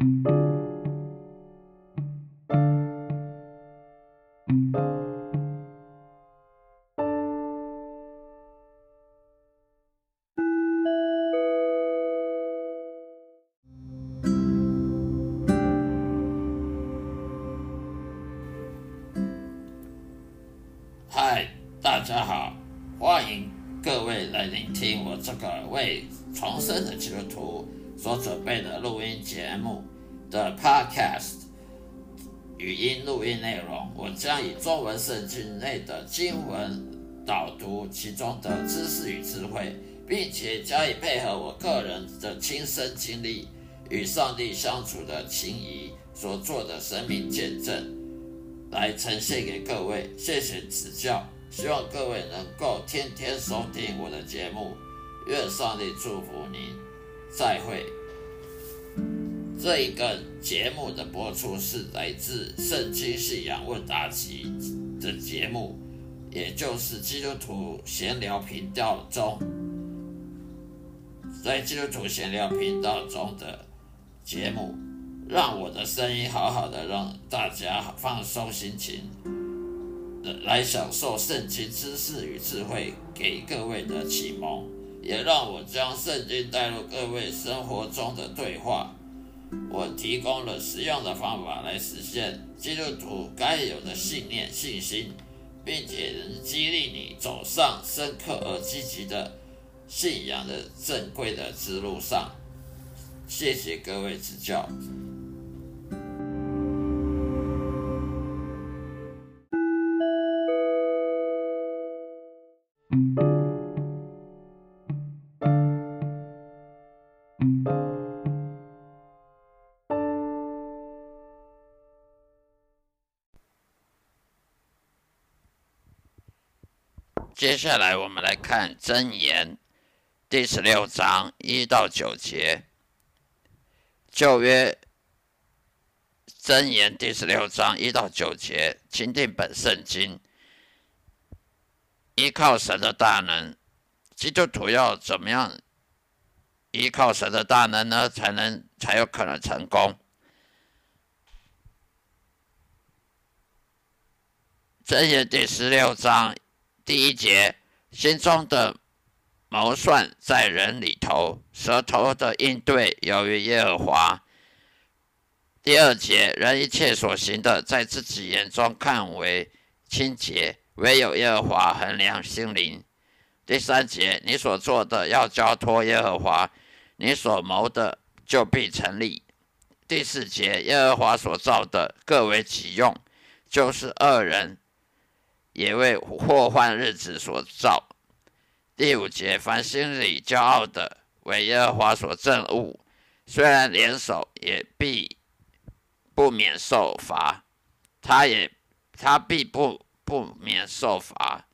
嗨，大家好，欢迎各位来聆听我这个为重生的基督徒所准备的录音节目的 Podcast 语音录音内容。我将以中文圣经内的经文导读其中的知识与智慧，并且加以配合我个人的亲身经历与上帝相处的情谊所做的生命见证，来呈现给各位，谢谢指教，希望各位能够天天收听我的节目，愿上帝祝福您，再会。这一个节目的播出是来自圣经信仰问答集的节目，也就是基督徒闲聊频道中，在基督徒闲聊频道中的节目，让我的声音好好的让大家放松心情，来享受圣经知识与智慧给各位的启蒙，也让我将圣经带入各位生活中的对话。我提供了实用的方法来实现基督徒该有的信念信心，并且能激励你走上深刻而积极的信仰的正规的之路上。谢谢各位指教。接下来我们来看箴言第16章1到9节。旧约箴言第16章1到9节，钦定本圣经。依靠神的大能，基督徒要怎么样依靠神的大能呢？才有可能成功。箴言第16章第1节，心中的谋算在人里头，舌头的应对由于耶和华。第2节，人一切所行的，在自己眼中看为清洁，唯有耶和华衡量心灵。第3节，你所做的要交托耶和华，你所谋的就必成立。第4节，耶和华所造的各为己用，就是恶人也为祸患日子所造。第5节，凡心里骄傲的，为耶和华所憎恶，虽然联手，也必不免受罚。他必不免受罚。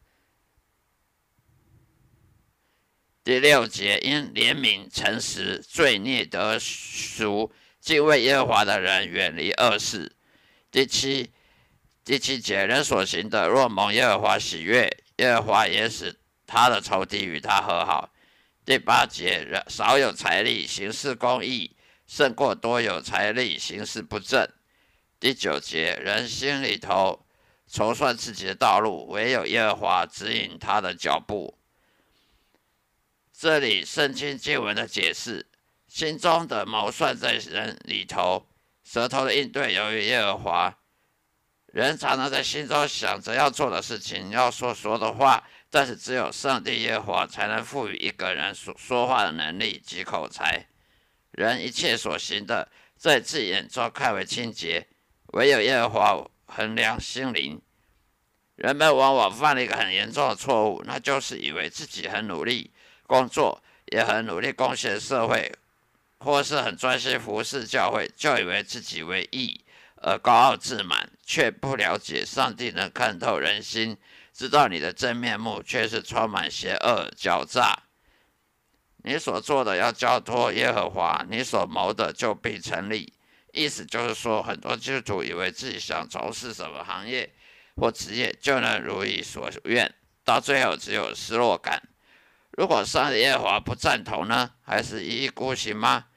第6节，因怜悯诚实，罪孽得赎，敬畏耶和华的人远离恶事。第7节，人所行的若蒙耶和华喜悦，耶和华也使他的仇敌与他和好。第8节，人少有财力，行事公义，胜过多有财力，行事不正。第9节，人心里头筹算自己的道路，唯有耶和华指引他的脚步。这里圣经经文的解释，心中的谋算在人里头，舌头的应对由于耶和华。人常常在心中想着要做的事情，要说的话，但是只有上帝耶和华才能赋予一个人说话的能力及口才。人一切所行的，在自己眼中看为清洁，唯有耶和华衡量心灵。人们往往犯了一个很严重的错误，那就是以为自己很努力工作，也很努力贡献社会，或是很专心服侍教会，就以为自己为义而高傲自满，却不了解上帝能看透人心，知道你的真面目却是充满邪恶狡诈。你所做的要交托耶和华，你所谋的就必成立。意思就是说，很多基督徒以为自己想从事什么行业或职业就能如意所愿，到最后只有失落感。如果上帝耶和华不赞同呢？还是一意孤行吗？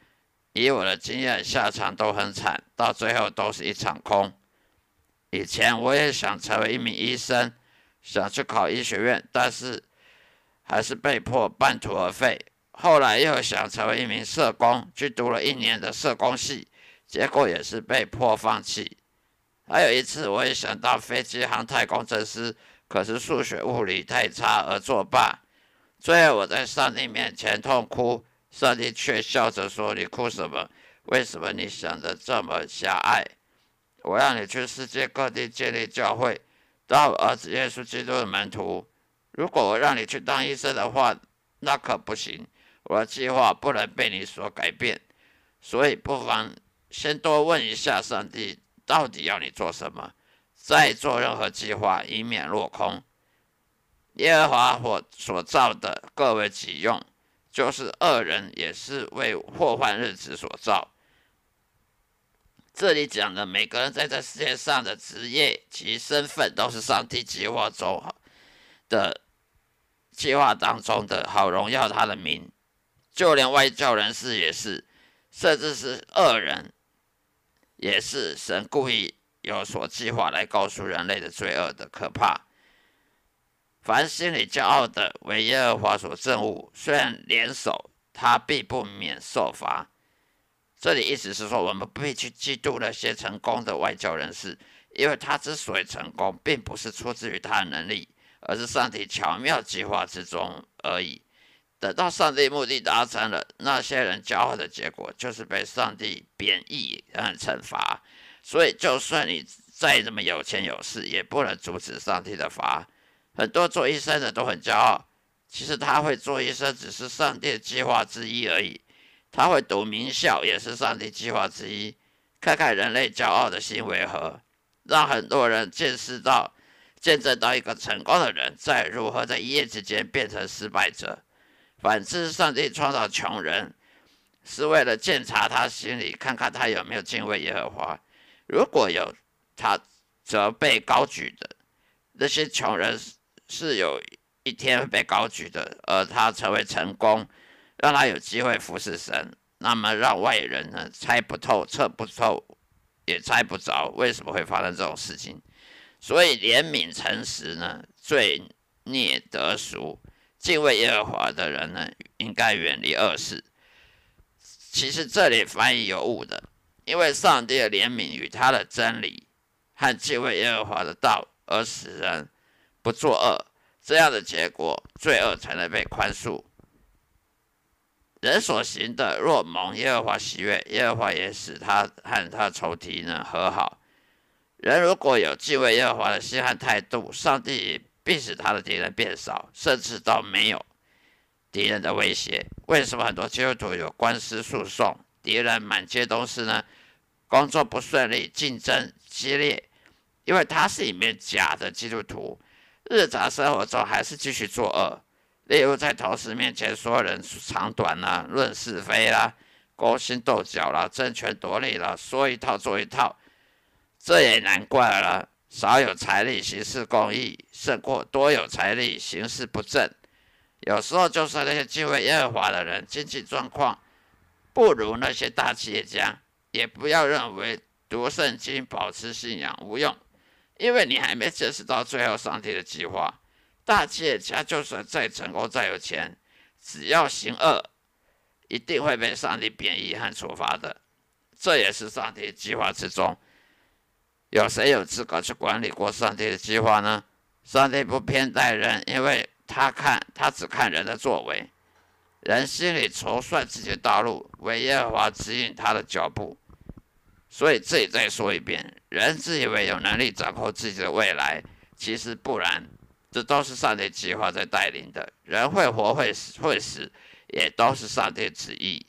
以我的经验，下场都很惨，到最后都是一场空。以前我也想成为一名医生，想去考医学院，但是还是被迫半途而废。后来又想成为一名社工，去读了1年的社工系，结果也是被迫放弃。还有一次，我也想当飞机航太工程师，可是数学物理太差而作罢。最后我在上帝面前痛哭，上帝却笑着说：“你哭什么？为什么你想得这么狭隘？我让你去世界各地建立教会，当我儿子耶稣基督的门徒。如果我让你去当医生的话，那可不行。我的计划不能被你所改变，所以不妨先多问一下上帝到底要你做什么，再做任何计划，以免落空。耶和华所造的各为己用，就是恶人也是为祸患日子所造。”这里讲的每个人在这世界上的职业及身份，都是上帝计划当中的好荣耀他的名。就连外教人士也是，甚至是恶人，也是神故意有所计划来告诉人类的罪恶的可怕。凡心里骄傲的，为耶和华所憎恶，虽然联手，他必不免受罚。这里意思是说，我们不必去嫉妒那些成功的外交人士，因为他之所以成功，并不是出自于他的能力，而是上帝巧妙计划之中而已。等到上帝目的达成了，那些人骄傲的结果，就是被上帝贬义和惩罚。所以，就算你再这么有钱有势，也不能阻止上帝的罚。很多做医生的都很骄傲，其实他会做医生，只是上帝的计划之一而已。他会读名校，也是上帝计划之一。看看人类骄傲的心为何，让很多人见证到一个成功的人如何在一夜之间变成失败者。反之，上帝创造穷人，是为了鉴察他心里，看看他有没有敬畏耶和华。如果有，他则被高举的。那些穷人是有一天会被高举的，而他成为成功，让他有机会服侍神。那么让外人呢猜不透、测不透，也猜不着为什么会发生这种事情。所以怜悯诚实呢，罪孽得赎。敬畏耶和华的人呢，应该远离恶事。其实这里翻译有误的，因为上帝的怜悯与他的真理和敬畏耶和华的道，而使人不作恶，这样的结果，罪恶才能被宽恕。人所行的，若蒙耶和华喜悦，耶和华也使他和他仇敌呢和好。人如果有敬畏耶和华的心和态度，上帝必使他的敌人变少，甚至到没有敌人的威胁。为什么很多基督徒有官司诉讼，敌人满街都是呢？工作不顺利，竞争激烈，因为他是一名假的基督徒，日常生活中还是继续作恶。例如在同事面前说人长短啦，论是非啦，勾心斗角啦，争权夺利啦，说一套做一套。这也难怪了，少有财力行事公义，胜过多有财力行事不正。有时候就算那些敬畏耶和华的人，经济状况不如那些大企业家，也不要认为读圣经、保持信仰无用，因为你还没见识到最后上帝的计划。大企业家就算再成功、再有钱，只要行恶，一定会被上帝贬义和处罚的。这也是上帝的计划之中。有谁有资格去管理过上帝的计划呢？上帝不偏待人，因为他只看人的作为。人心里筹算自己的道路，为耶和华指引他的脚步。所以这里再说一遍，人自以为有能力掌控自己的未来，其实不然，这都是上帝计划在带领的。人会活会死，也都是上帝旨意。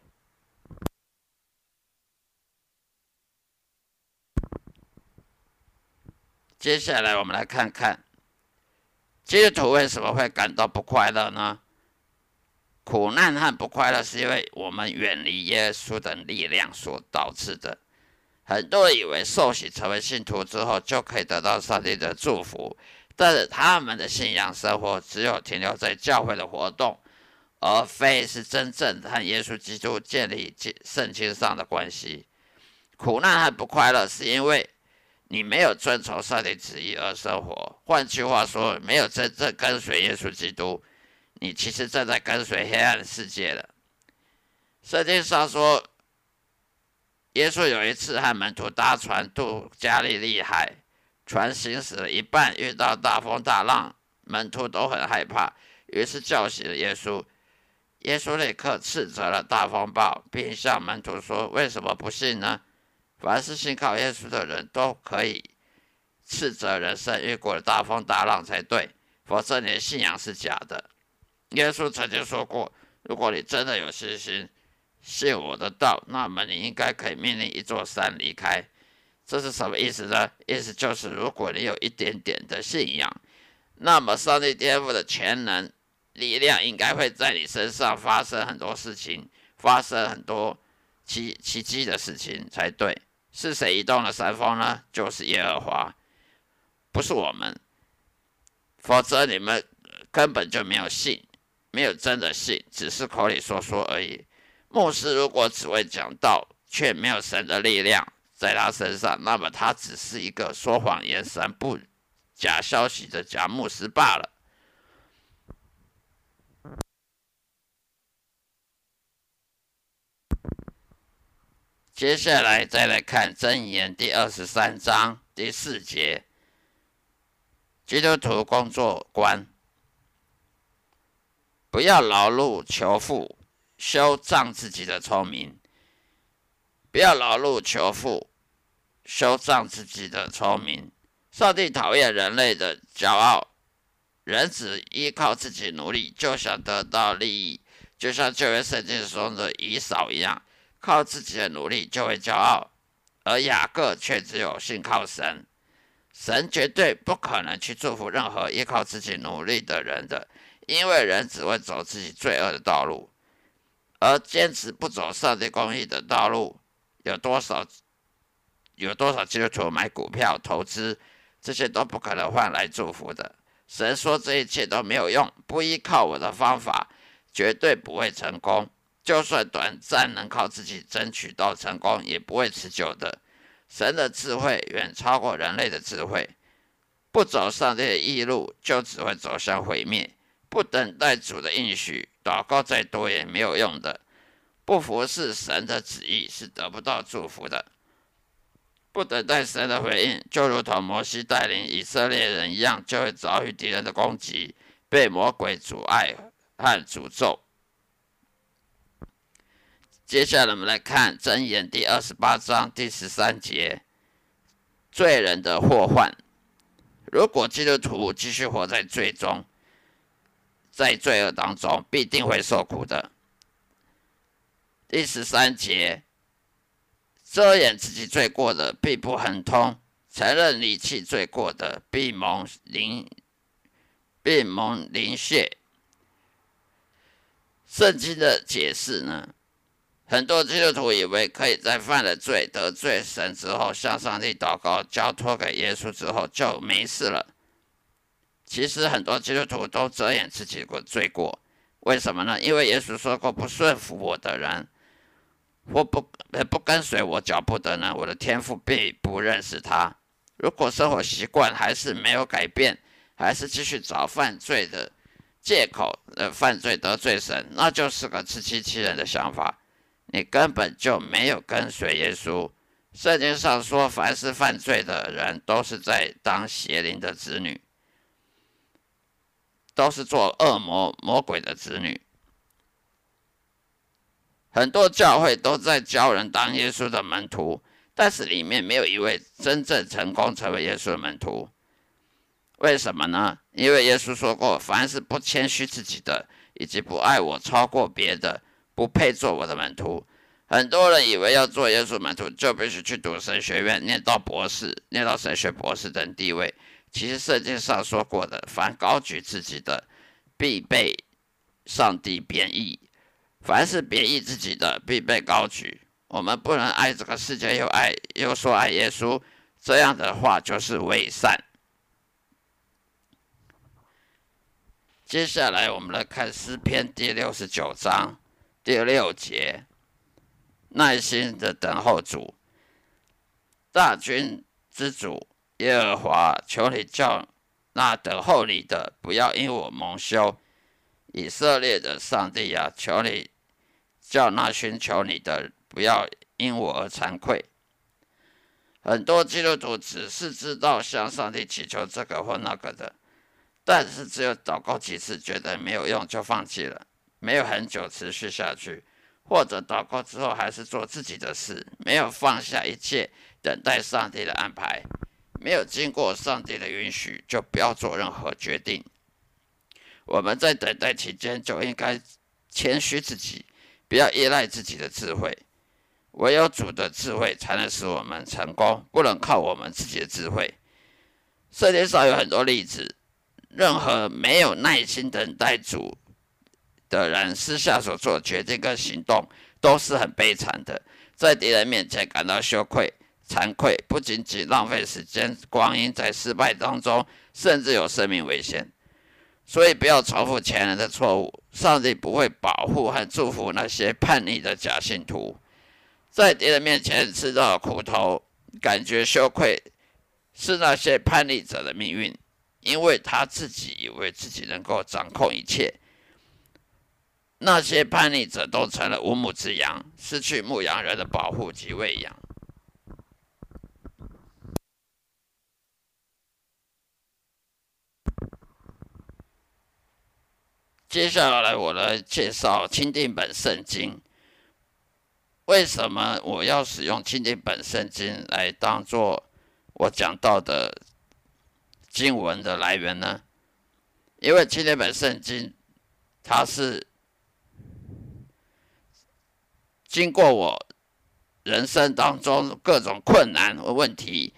接下来我们来看看，基督徒为什么会感到不快乐呢？苦难和不快乐是因为我们远离耶稣的力量所导致的。很多人以为受洗成为信徒之后就可以得到上帝的祝福，但是他们的信仰生活只有停留在教会的活动， 而非是真正和耶稣基督建立圣经上的关系。苦难和不快乐是因为你没有遵从上帝旨意而生活，换句话说，没有真正跟随耶稣基督，你其实正在跟随黑暗世界了。圣经上说，耶稣有一次和门徒搭船渡加利利海，船行驶了一半，遇到大风大浪，门徒都很害怕，于是叫醒了耶稣。耶稣立刻斥责了大风暴，并向门徒说：“为什么不信呢？凡是信靠耶稣的人都可以斥责人生遇过的大风大浪才对，否则你的信仰是假的。”耶稣曾经说过：“如果你真的有信心，信我的道，那么你应该可以命令一座山离开。”这是什么意思呢？意思就是，如果你有一点点的信仰，那么上帝天赋的全能力量应该会在你身上发生很多事情，发生很多奇迹的事情才对。是谁移动了山峰呢？就是耶和华，不是我们。否则你们根本就没有信，没有真的信，只是口里说说而已。牧师如果只会讲道，却没有神的力量在他身上，那么他只是一个说谎言、散布假消息的假牧师罢了。接下来再来看箴言第23章第4节，基督徒工作观：不要劳碌求富，修仗自己的聪明。不要劳碌求富，修仗自己的聪明。上帝讨厌人类的骄傲，人只依靠自己努力就想得到利益，就像旧约圣经中的以扫一样，靠自己的努力就会骄傲，而雅各却只有信靠神。神绝对不可能去祝福任何依靠自己努力的人的，因为人只会走自己罪恶的道路，而坚持不走上帝公义的道路。有多少基督徒买股票投资，这些都不可能换来祝福的。神说这一切都没有用，不依靠我的方法，绝对不会成功。就算短暂能靠自己争取到成功，也不会持久的。神的智慧远超过人类的智慧，不走上帝的义路，就只会走向毁灭。不等待主的应许，祷告再多也没有用的。不服侍神的旨意是得不到祝福的。不等待神的回应，就如同摩西带领以色列人一样，就会遭遇敌人的攻击，被魔鬼阻碍和诅咒。接下来我们来看箴言第28章第13节，罪人的祸患。如果基督徒继续活在罪中，在罪恶当中，必定会受苦的。第13节，遮掩自己罪过的必不亨通，承认离弃罪过的必蒙临血。圣经的解释呢，很多基督徒以为可以在犯了罪得罪神之后，向上帝祷告，交托给耶稣之后就没事了。其实很多基督徒都遮掩自己的罪过，为什么呢？因为耶稣说过，不顺服我的人，或不跟随我脚步的呢，我的天父并不认识他。如果生活习惯还是没有改变，还是继续找犯罪的借口，犯罪得罪神，那就是个自欺欺人的想法。你根本就没有跟随耶稣。圣经上说，凡是犯罪的人，都是在当邪灵的子女，都是做恶魔鬼的子女。很多教会都在教人当耶稣的门徒，但是里面没有一位真正成功成为耶稣的门徒。为什么呢？因为耶稣说过，凡是不谦虚自己的，以及不爱我超过别的，不配做我的门徒。很多人以为要做耶稣门徒，就必须去读神学院，念到博士，念到神学博士等地位。其实圣经上说过的，凡高举自己的，必被上帝贬义；凡是贬义自己的，必被高举。我们不能爱这个世界，又说爱耶稣，这样的话就是伪善。 接下来我们来看诗篇第69章第6节，耐心的等候主，大军之主耶和华，求你叫那等候你的不要因我蒙羞，以色列的上帝啊，求你叫那寻求你的不要因我而惭愧。很多基督徒只是知道向上帝祈求这个或那个的，但是只有祷告几次觉得没有用就放弃了，没有很久持续下去，或者祷告之后还是做自己的事，没有放下一切等待上帝的安排，没有经过上帝的允许就不要做任何决定。我们在等待期间就应该谦虚自己，不要依赖自己的智慧，唯有主的智慧才能使我们成功，不能靠我们自己的智慧。世界上有很多例子，任何没有耐心等待主的人私下所做的决定跟行动都是很悲惨的，在敌人面前感到羞愧、惭愧，不仅仅浪费时间光阴在失败当中，甚至有生命危险。所以不要重复前人的错误，上帝不会保护和祝福那些叛逆的假信徒。在敌人面前吃到苦头，感觉羞愧，是那些叛逆者的命运，因为他自己以为自己能够掌控一切。那些叛逆者都成了无母之羊，失去牧羊人的保护及喂养。接下来我来介绍钦定本圣经。为什么我要使用钦定本圣经来当作我讲到的经文的来源呢？因为钦定本圣经它是经过我人生当中各种困难和问题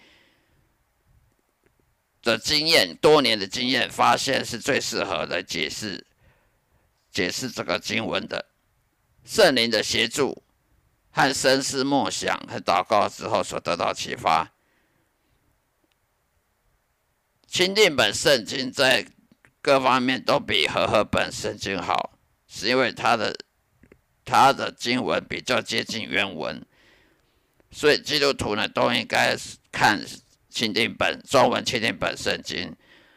的经验，多年的经验，发现是最适合的解释这个经文的。圣灵的协助和深思默想和祷告之后所得到启发。钦定本圣经在各方面都比和合本圣经好，是因为它的经文比较接近原文，所以基督徒呢都应该看中文钦定本圣经。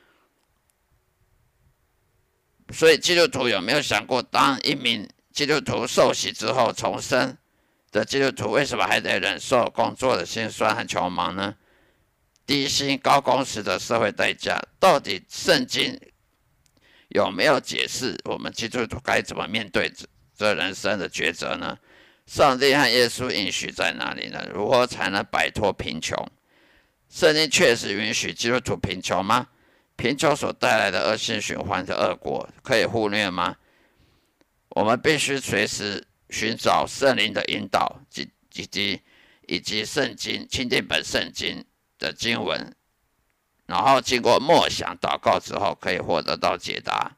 所以基督徒有没有想过，当一名基督徒受洗之后重生的基督徒，为什么还得忍受工作的辛酸和穷忙呢？低薪高工时的社会代价，到底圣经有没有解释我们基督徒该怎么面对这人生的抉择呢？上帝和耶稣应许在哪里呢？如何才能摆脱贫穷？圣经确实允许基督徒贫穷吗？贫穷所带来的恶性循环的恶果可以忽略吗？我们必须随时寻找圣灵的引导以及圣经钦定本圣经的经文，然后经过默想祷告之后，可以获得到解答。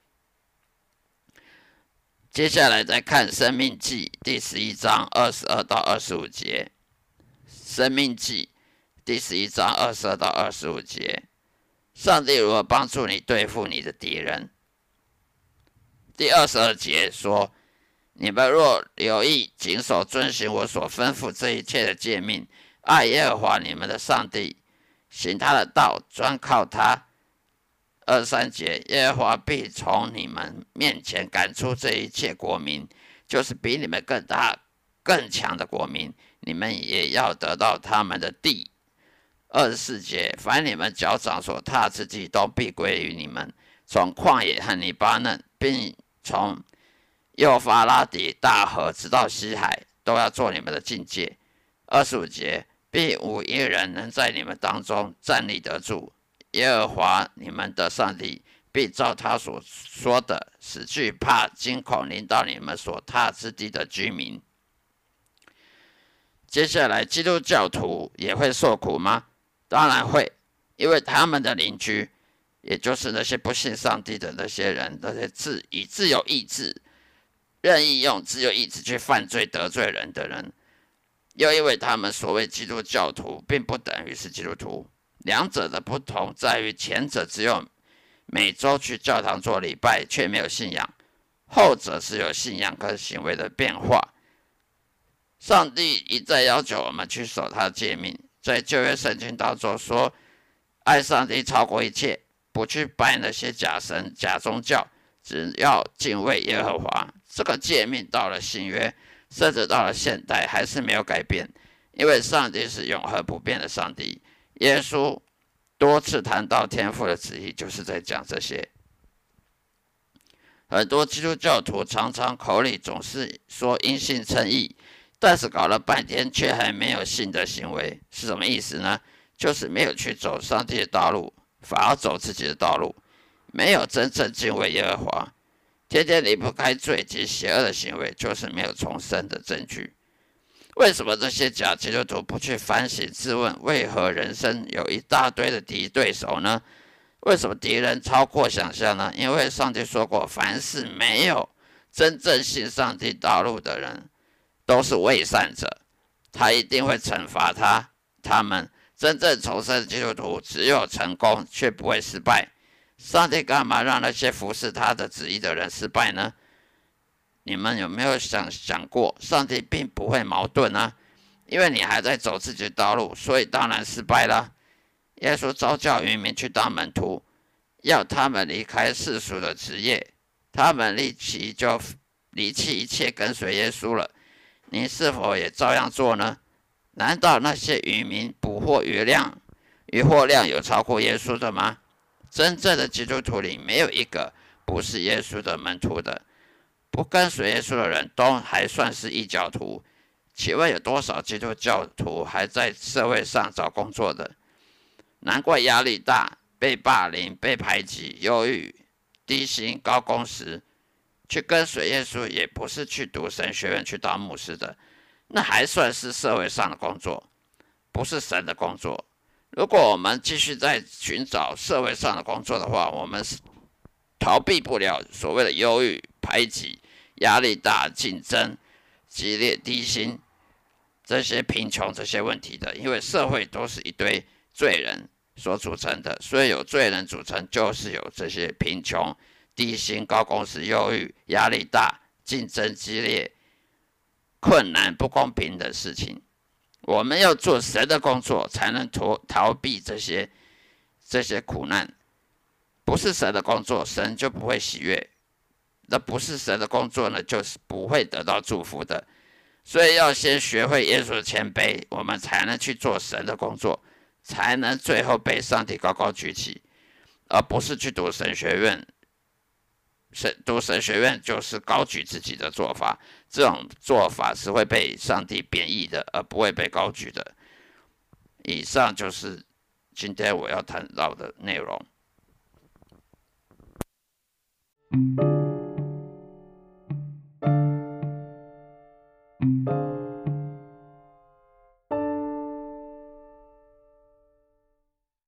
接下来再看申命记第11章22到25节。申命记第11章22到25节，上帝如何帮助你对付你的敌人？第22节说，你们若留意谨守遵行我所吩咐这一切的诫命，爱耶和华你们的上帝，行他的道，专靠他。23节，耶和华必从你们面前赶出这一切国民，就是比你们更大更强的国民，你们也要得到他们的地。24节，凡你们脚掌所踏之地，都必归于你们，从旷野和黎巴嫩，并从幼发拉底大河直到西海，都要做你们的境界。25节，必无一人能在你们当中站立得住，耶和华你们的上帝必照他所说的，使惧怕惊恐临到你们所踏之地的居民。接下来，基督教徒也会受苦吗？当然会，因为他们的邻居，也就是那些不信上帝的那些人，那些以自由意志任意用自由意志去犯罪得罪人的人，又因为他们所谓基督教徒并不等于是基督徒，两者的不同在于前者只有每周去教堂做礼拜却没有信仰，后者是有信仰跟行为的变化。上帝一再要求我们去守他的诫命，在旧约圣经当中说，爱上帝超过一切，不去拜那些假神假宗教，只要敬畏耶和华。这个诫命到了新约，甚至到了现代还是没有改变，因为上帝是永恒不变的上帝。耶稣多次谈到天父的旨意，就是在讲这些。很多基督教徒常常口里总是说因信称义，但是搞了半天却还没有信的行为，是什么意思呢？就是没有去走上帝的道路，反而走自己的道路，没有真正敬畏耶和华，天天离不开罪及邪恶的行为，就是没有重生的证据。为什么这些假基督徒不去反省自问，为何人生有一大堆的对手呢？为什么敌人超过想象呢？因为上帝说过，凡是没有真正信上帝道路的人，都是伪善者，他一定会惩罚他们。真正重生的基督徒只有成功，却不会失败。上帝干嘛让那些服侍他的旨意的人失败呢？你们有没有想过，上帝并不会矛盾啊？因为你还在走自己的道路，所以当然失败了。耶稣召叫渔民去当门徒，要他们离开世俗的职业，他们立即就离弃一切跟随耶稣了。你是否也照样做呢？难道那些渔民捕获渔获量有超过耶稣的吗？真正的基督徒里没有一个不是耶稣的门徒的。不跟随耶稣的人都还算是异教徒，请问有多少基督教徒还在社会上找工作的？难怪压力大，被霸凌、被排挤、忧郁、低薪、高工时。去跟随耶稣也不是去读神学院去当牧师的，那还算是社会上的工作，不是神的工作。如果我们继续在寻找社会上的工作的话，我们是逃避不了所谓的忧郁、排挤、压力大、竞争激烈、低薪这些贫穷这些问题的，因为社会都是一堆罪人所组成的，所以有罪人组成，就是有这些贫穷、低薪、高工时、忧郁、压力大、竞争激烈、困难、不公平的事情。我们要做神的工作，才能逃避这些苦难。不是神的工作，神就不会喜悦。那不是神的工作呢，就是不会得到祝福的。所以要先学会耶稣的谦卑，我们才能去做神的工作，才能最后被上帝高高举起，而不是去读神学院。读神学院就是高举自己的做法，这种做法是会被上帝贬义的，而不会被高举的。以上就是今天我要谈到的内容。